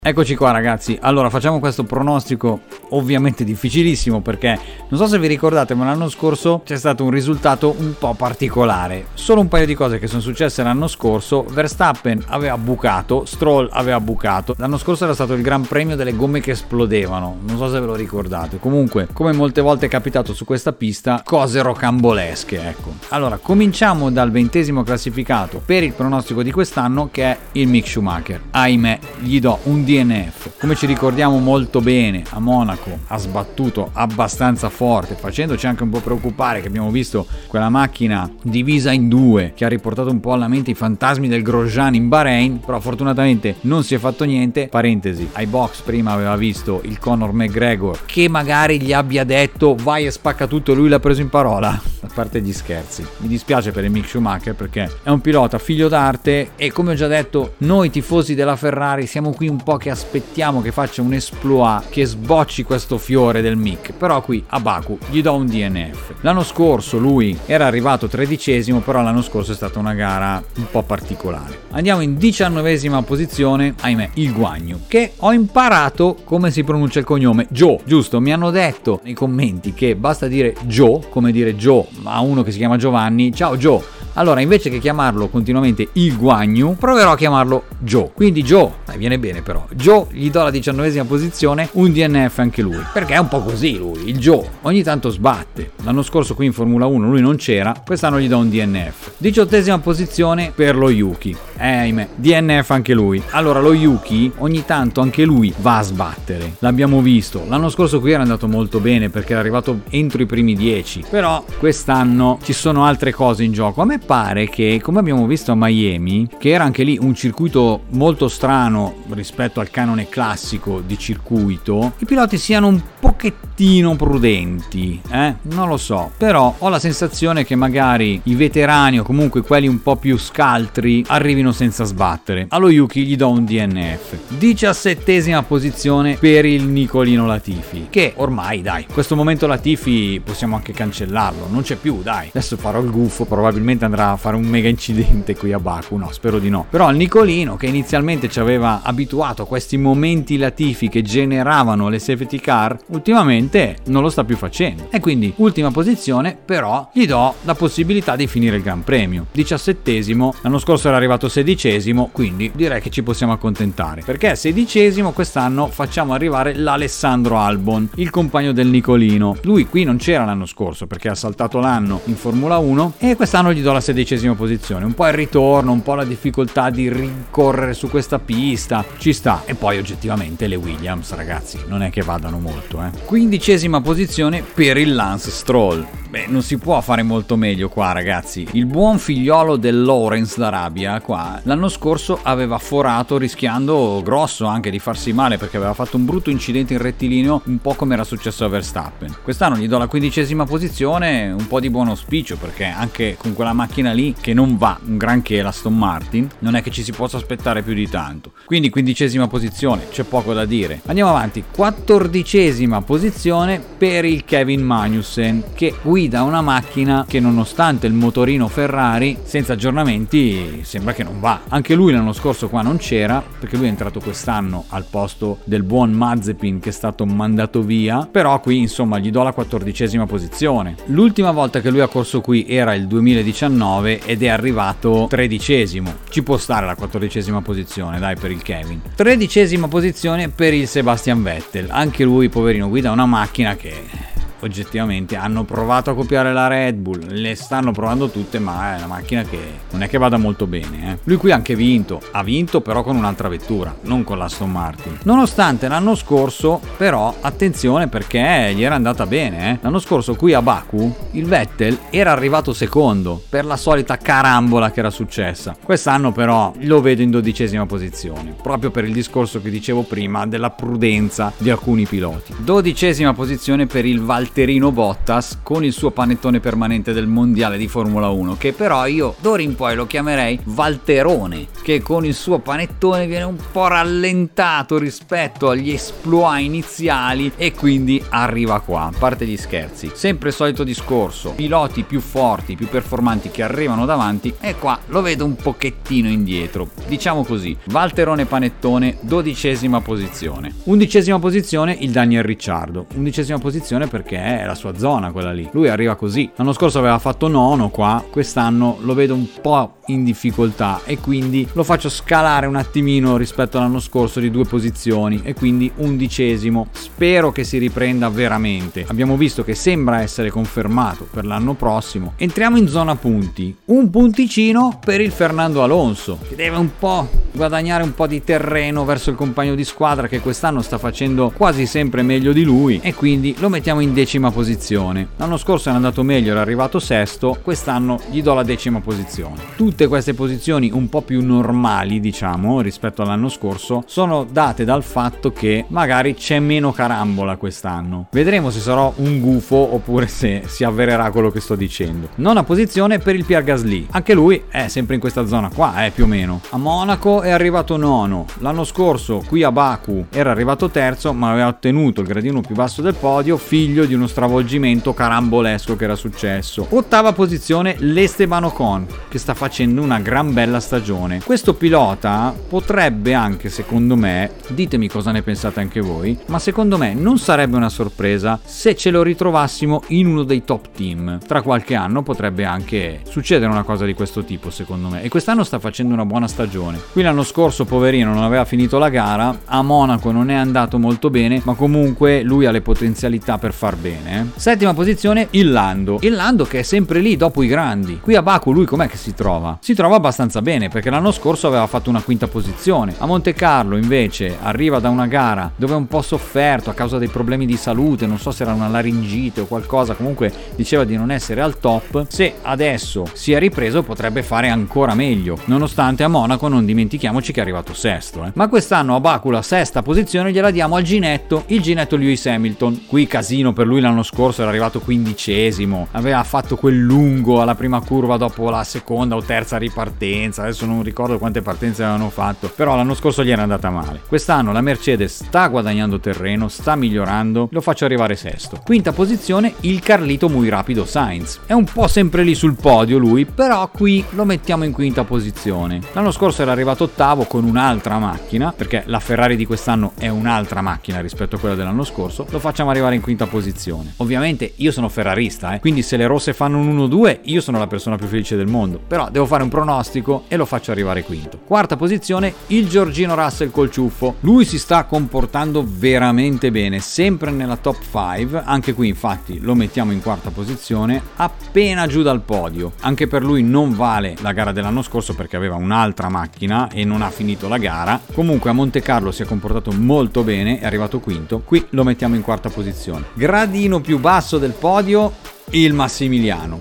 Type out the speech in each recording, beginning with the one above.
Eccoci qua ragazzi, allora facciamo questo pronostico ovviamente difficilissimo perché non so se vi ricordate ma l'anno scorso c'è stato un risultato un po' particolare. Solo un paio di cose che sono successe l'anno scorso: Verstappen aveva bucato, Stroll aveva bucato. L'anno scorso era stato il Gran Premio delle gomme che esplodevano, non so se ve lo ricordate. Comunque, come molte volte è capitato su questa pista, cose rocambolesche, ecco. Allora, cominciamo dal 20° classificato per il pronostico di quest'anno, che è il Mick Schumacher. Ahimè, gli do un DNF. Come ci ricordiamo molto bene, a Monaco ha sbattuto abbastanza forte, facendoci anche un po' preoccupare, che abbiamo visto quella macchina divisa in due che ha riportato un po' alla mente i fantasmi del Grosjean in Bahrain, però fortunatamente non si è fatto niente. Parentesi, ai box prima aveva visto il Conor McGregor che magari gli abbia detto vai e spacca tutto, lui l'ha preso in parola. A parte gli scherzi, mi dispiace per il Mick Schumacher perché è un pilota figlio d'arte e, come ho già detto, noi tifosi della Ferrari siamo qui un po' che aspettiamo che faccia un exploit, che sbocci questo fiore del Mick. Però qui a Baku gli do un DNF. L'anno scorso lui era arrivato 13°, però l'anno scorso è stata una gara un po' particolare. Andiamo in 19ª posizione, ahimè, il Guan Yu, che ho imparato come si pronuncia il cognome. Joe, giusto? Mi hanno detto nei commenti che basta dire Joe, come dire Joe a uno che si chiama Giovanni. Ciao Joe. Allora, invece che chiamarlo continuamente il Guan Yu, proverò a chiamarlo Joe. Quindi Joe, viene bene però. Joe gli do la 19ª posizione, un DNF anche lui, perché è un po' così lui, il Joe. Ogni tanto sbatte. L'anno scorso qui in Formula 1 lui non c'era, quest'anno gli do un DNF. 18ª posizione per lo Yuki. Ahimè, DNF anche lui. Allora, lo Yuki ogni tanto anche lui va a sbattere. L'abbiamo visto. L'anno scorso qui era andato molto bene perché era arrivato entro i primi 10. Però quest'anno ci sono altre cose in gioco. A me pare che, come abbiamo visto a Miami, che era anche lì un circuito molto strano rispetto al canone classico di circuito, i piloti siano un pochettino prudenti, non lo so, però ho la sensazione che magari i veterani o comunque quelli un po' più scaltri arrivino senza sbattere. Allo Yuki gli do un DNF. 17ª posizione per il Nicolino Latifi, che ormai, dai, questo momento Latifi possiamo anche cancellarlo, non c'è più, dai. Adesso farò il gufo, probabilmente andrà a fare un mega incidente qui a Baku, no, spero di no. Però il Nicolino, che inizialmente ci aveva abituato a questi momenti Latifi che generavano le safety car, ultimamente non lo sta più facendo. E quindi ultima posizione, però gli do la possibilità di finire il Gran Premio. 17°, l'anno scorso era arrivato 16°, quindi direi che ci possiamo accontentare, perché 16° quest'anno facciamo arrivare l'Alessandro Albon, il compagno del Nicolino. Lui qui non c'era l'anno scorso perché ha saltato l'anno in Formula 1 e quest'anno gli do la 16ª posizione. Un po' il ritorno, un po' la difficoltà di rincorrere su questa pista, ci sta. E poi oggettivamente le Williams, ragazzi, non è che vadano molto. 15ª posizione per il Lance Stroll. Beh, non si può fare molto meglio qua, ragazzi. Il buon figliolo del Lawrence d'Arabia qua l'anno scorso aveva forato, rischiando grosso anche di farsi male perché aveva fatto un brutto incidente in rettilineo, un po' come era successo a Verstappen. Quest'anno gli do la 15ª posizione, un po' di buon auspicio, perché anche con quella macchina lì che non va un granché, l'Aston Martin, non è che ci si possa aspettare più di tanto. Quindi 15ª posizione, c'è poco da dire. Andiamo avanti. 14ª posizione per il Kevin Magnussen, che guida una macchina che, nonostante il motorino Ferrari, senza aggiornamenti sembra che non va. Anche lui l'anno scorso qua non c'era, perché lui è entrato quest'anno al posto del buon Mazepin che è stato mandato via, però qui insomma gli do la 14ª posizione. L'ultima volta che lui ha corso qui era il 2019 ed è arrivato 13°. Ci può stare la 14ª posizione, dai, per il Kevin. 13ª posizione per il Sebastian Vettel. Anche lui, poverino, guida una macchina che oggettivamente hanno provato a copiare la Red Bull, le stanno provando tutte, ma è una macchina che non è che vada molto bene. Lui qui ha anche vinto, ha vinto però con un'altra vettura, non con l'Aston Martin. Nonostante l'anno scorso, però, attenzione perché gli era andata bene. L'anno scorso qui a Baku il Vettel era arrivato secondo per la solita carambola che era successa. Quest'anno però lo vedo in 12ª posizione, proprio per il discorso che dicevo prima della prudenza di alcuni piloti. 12ª posizione per il Valtteri Valterino Bottas con il suo panettone permanente del mondiale di Formula 1, che però io d'ora in poi lo chiamerei Valterone, che con il suo panettone viene un po' rallentato rispetto agli exploit iniziali e quindi arriva qua. A parte gli scherzi, sempre il solito discorso, piloti più forti, più performanti che arrivano davanti, e qua lo vedo un pochettino indietro. Diciamo così, Valterone panettone, 12ª posizione. 11ª posizione il Daniel Ricciardo, 11ª posizione perché è la sua zona quella lì, lui arriva così. L'anno scorso aveva fatto nono qua, quest'anno lo vedo un po' in difficoltà e quindi lo faccio scalare un attimino rispetto all'anno scorso di 2 posizioni e quindi 11º. Spero che si riprenda veramente. Abbiamo visto che sembra essere confermato per l'anno prossimo. Entriamo in zona punti, un punticino per il Fernando Alonso, che deve un po' guadagnare un po' di terreno verso il compagno di squadra che quest'anno sta facendo quasi sempre meglio di lui, e quindi lo mettiamo in 10ª posizione. L'anno scorso era andato meglio, era arrivato sesto, quest'anno gli do la 10ª posizione. Tutte queste posizioni un po' più normali, diciamo, rispetto all'anno scorso, sono date dal fatto che magari c'è meno carambola quest'anno. Vedremo se sarò un gufo oppure se si avvererà quello che sto dicendo. Nona posizione per il Pierre Gasly, anche lui è sempre in questa zona qua, più o meno. A Monaco è arrivato nono, l'anno scorso qui a Baku era arrivato terzo, ma aveva ottenuto il gradino più basso del podio, figlio di uno stravolgimento carambolesco che era successo. 8ª posizione l'Esteban Ocon, che sta facendo una gran bella stagione. Questo pilota potrebbe anche, secondo me, ditemi cosa ne pensate anche voi, ma secondo me non sarebbe una sorpresa se ce lo ritrovassimo in uno dei top team. Tra qualche anno potrebbe anche succedere una cosa di questo tipo, secondo me, e quest'anno sta facendo una buona stagione. Qui l'anno scorso, poverino, non aveva finito la gara, a Monaco non è andato molto bene, ma comunque lui ha le potenzialità per far bene. 7ª posizione il Lando che è sempre lì dopo i grandi. Qui a Baku lui com'è che si trova? Si trova abbastanza bene, perché l'anno scorso aveva fatto una 5ª posizione. A Monte Carlo invece arriva da una gara dove è un po' sofferto a causa dei problemi di salute, non so se era una laringite o qualcosa, comunque diceva di non essere al top. Se adesso si è ripreso potrebbe fare ancora meglio, nonostante a Monaco non dimentichiamoci che è arrivato sesto. Ma quest'anno a Baku la 6ª posizione gliela diamo al Ginetto, il Ginetto Lewis Hamilton. Qui casino per lui, l'anno scorso era arrivato 15esimo, aveva fatto quel lungo alla prima curva dopo la seconda o terza ripartenza, adesso non ricordo quante partenze avevano fatto, però l'anno scorso gli era andata male. Quest'anno la Mercedes sta guadagnando terreno, sta migliorando, lo faccio arrivare sesto. 5ª posizione il Carlito muy rapido Sainz, è un po' sempre lì sul podio lui, però qui lo mettiamo in 5ª posizione. L'anno scorso era arrivato 8º con un'altra macchina, perché la Ferrari di quest'anno è un'altra macchina rispetto a quella dell'anno scorso, lo facciamo arrivare in 5ª posizione. Ovviamente io sono ferrarista, quindi se le rosse fanno un 1-2 io sono la persona più felice del mondo, però devo fare un pronostico e lo faccio arrivare quinto. 4ª posizione il Giorgino Russell col ciuffo, lui si sta comportando veramente bene, sempre nella top 5, anche qui infatti lo mettiamo in 4ª posizione, appena giù dal podio. Anche per lui non vale la gara dell'anno scorso perché aveva un'altra macchina e non ha finito la gara. Comunque a Monte Carlo si è comportato molto bene, è arrivato quinto, qui lo mettiamo in 4ª posizione. Gradino più basso del podio il Massimiliano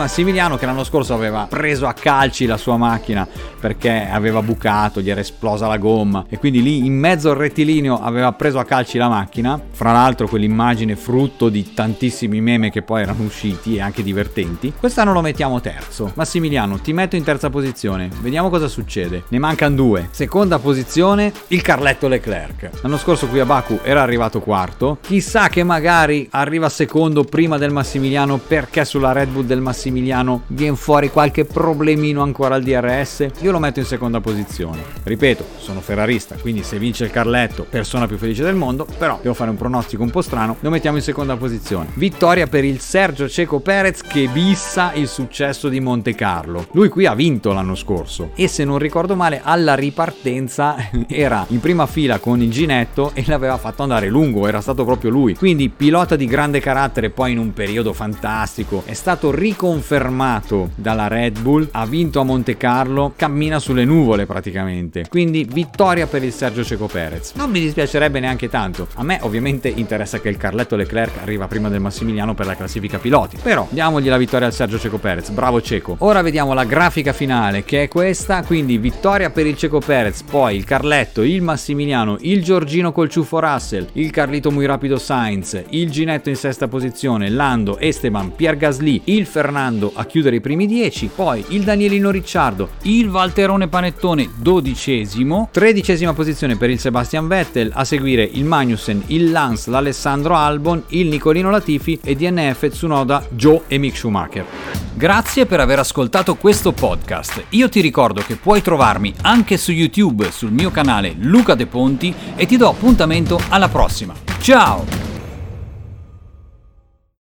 che l'anno scorso aveva preso a calci la sua macchina perché aveva bucato, gli era esplosa la gomma e quindi lì in mezzo al rettilineo aveva preso a calci la macchina. Fra l'altro quell'immagine frutto di tantissimi meme che poi erano usciti e anche divertenti. Quest'anno lo mettiamo terzo. Massimiliano, ti metto in 3ª posizione, vediamo cosa succede, ne mancano 2. 2ª posizione il Carletto Leclerc, l'anno scorso qui a Baku era arrivato 4, chissà che magari arriva secondo prima del Massimiliano, perché sulla Red Bull del Massimiliano viene fuori qualche problemino ancora al DRS. Io lo metto in 2ª posizione. Ripeto, sono ferrarista, quindi se vince il Carletto, persona più felice del mondo, però devo fare un pronostico un po' strano, lo mettiamo in 2ª posizione. Vittoria per il Sergio Checo Perez che bissa il successo di Monte Carlo. Lui qui ha vinto l'anno scorso e se non ricordo male alla ripartenza era in prima fila con il Ginetto e l'aveva fatto andare lungo, era stato proprio lui. Quindi pilota di grande carattere, poi in un periodo fantastico fantastico, è stato riconfermato dalla Red Bull, ha vinto a Monte Carlo, cammina sulle nuvole praticamente. Quindi vittoria per il Sergio Checo Perez. Non mi dispiacerebbe neanche tanto. A me ovviamente interessa che il Carletto Leclerc arriva prima del Massimiliano per la classifica piloti, però diamogli la vittoria al Sergio Checo Perez. Bravo Checo. Ora vediamo la grafica finale, che è questa, quindi vittoria per il Checo Perez, poi il Carletto, il Massimiliano, il Giorgino col ciuffo Russell, il Carlito muy rapido Sainz, il Ginetto in sesta posizione, Lando, Esteban, Pierre Gasly, il Fernando a chiudere i primi 10, poi il Danielino Ricciardo, il Valterone Panettone 12esimo, 13esima posizione per il Sebastian Vettel, a seguire il Magnussen, il Lance, l'Alessandro Albon, il Nicolino Latifi e DNF, Tsunoda, Joe e Mick Schumacher. Grazie per aver ascoltato questo podcast. Io ti ricordo che puoi trovarmi anche su YouTube sul mio canale Luca De Ponti e ti do appuntamento alla prossima. Ciao!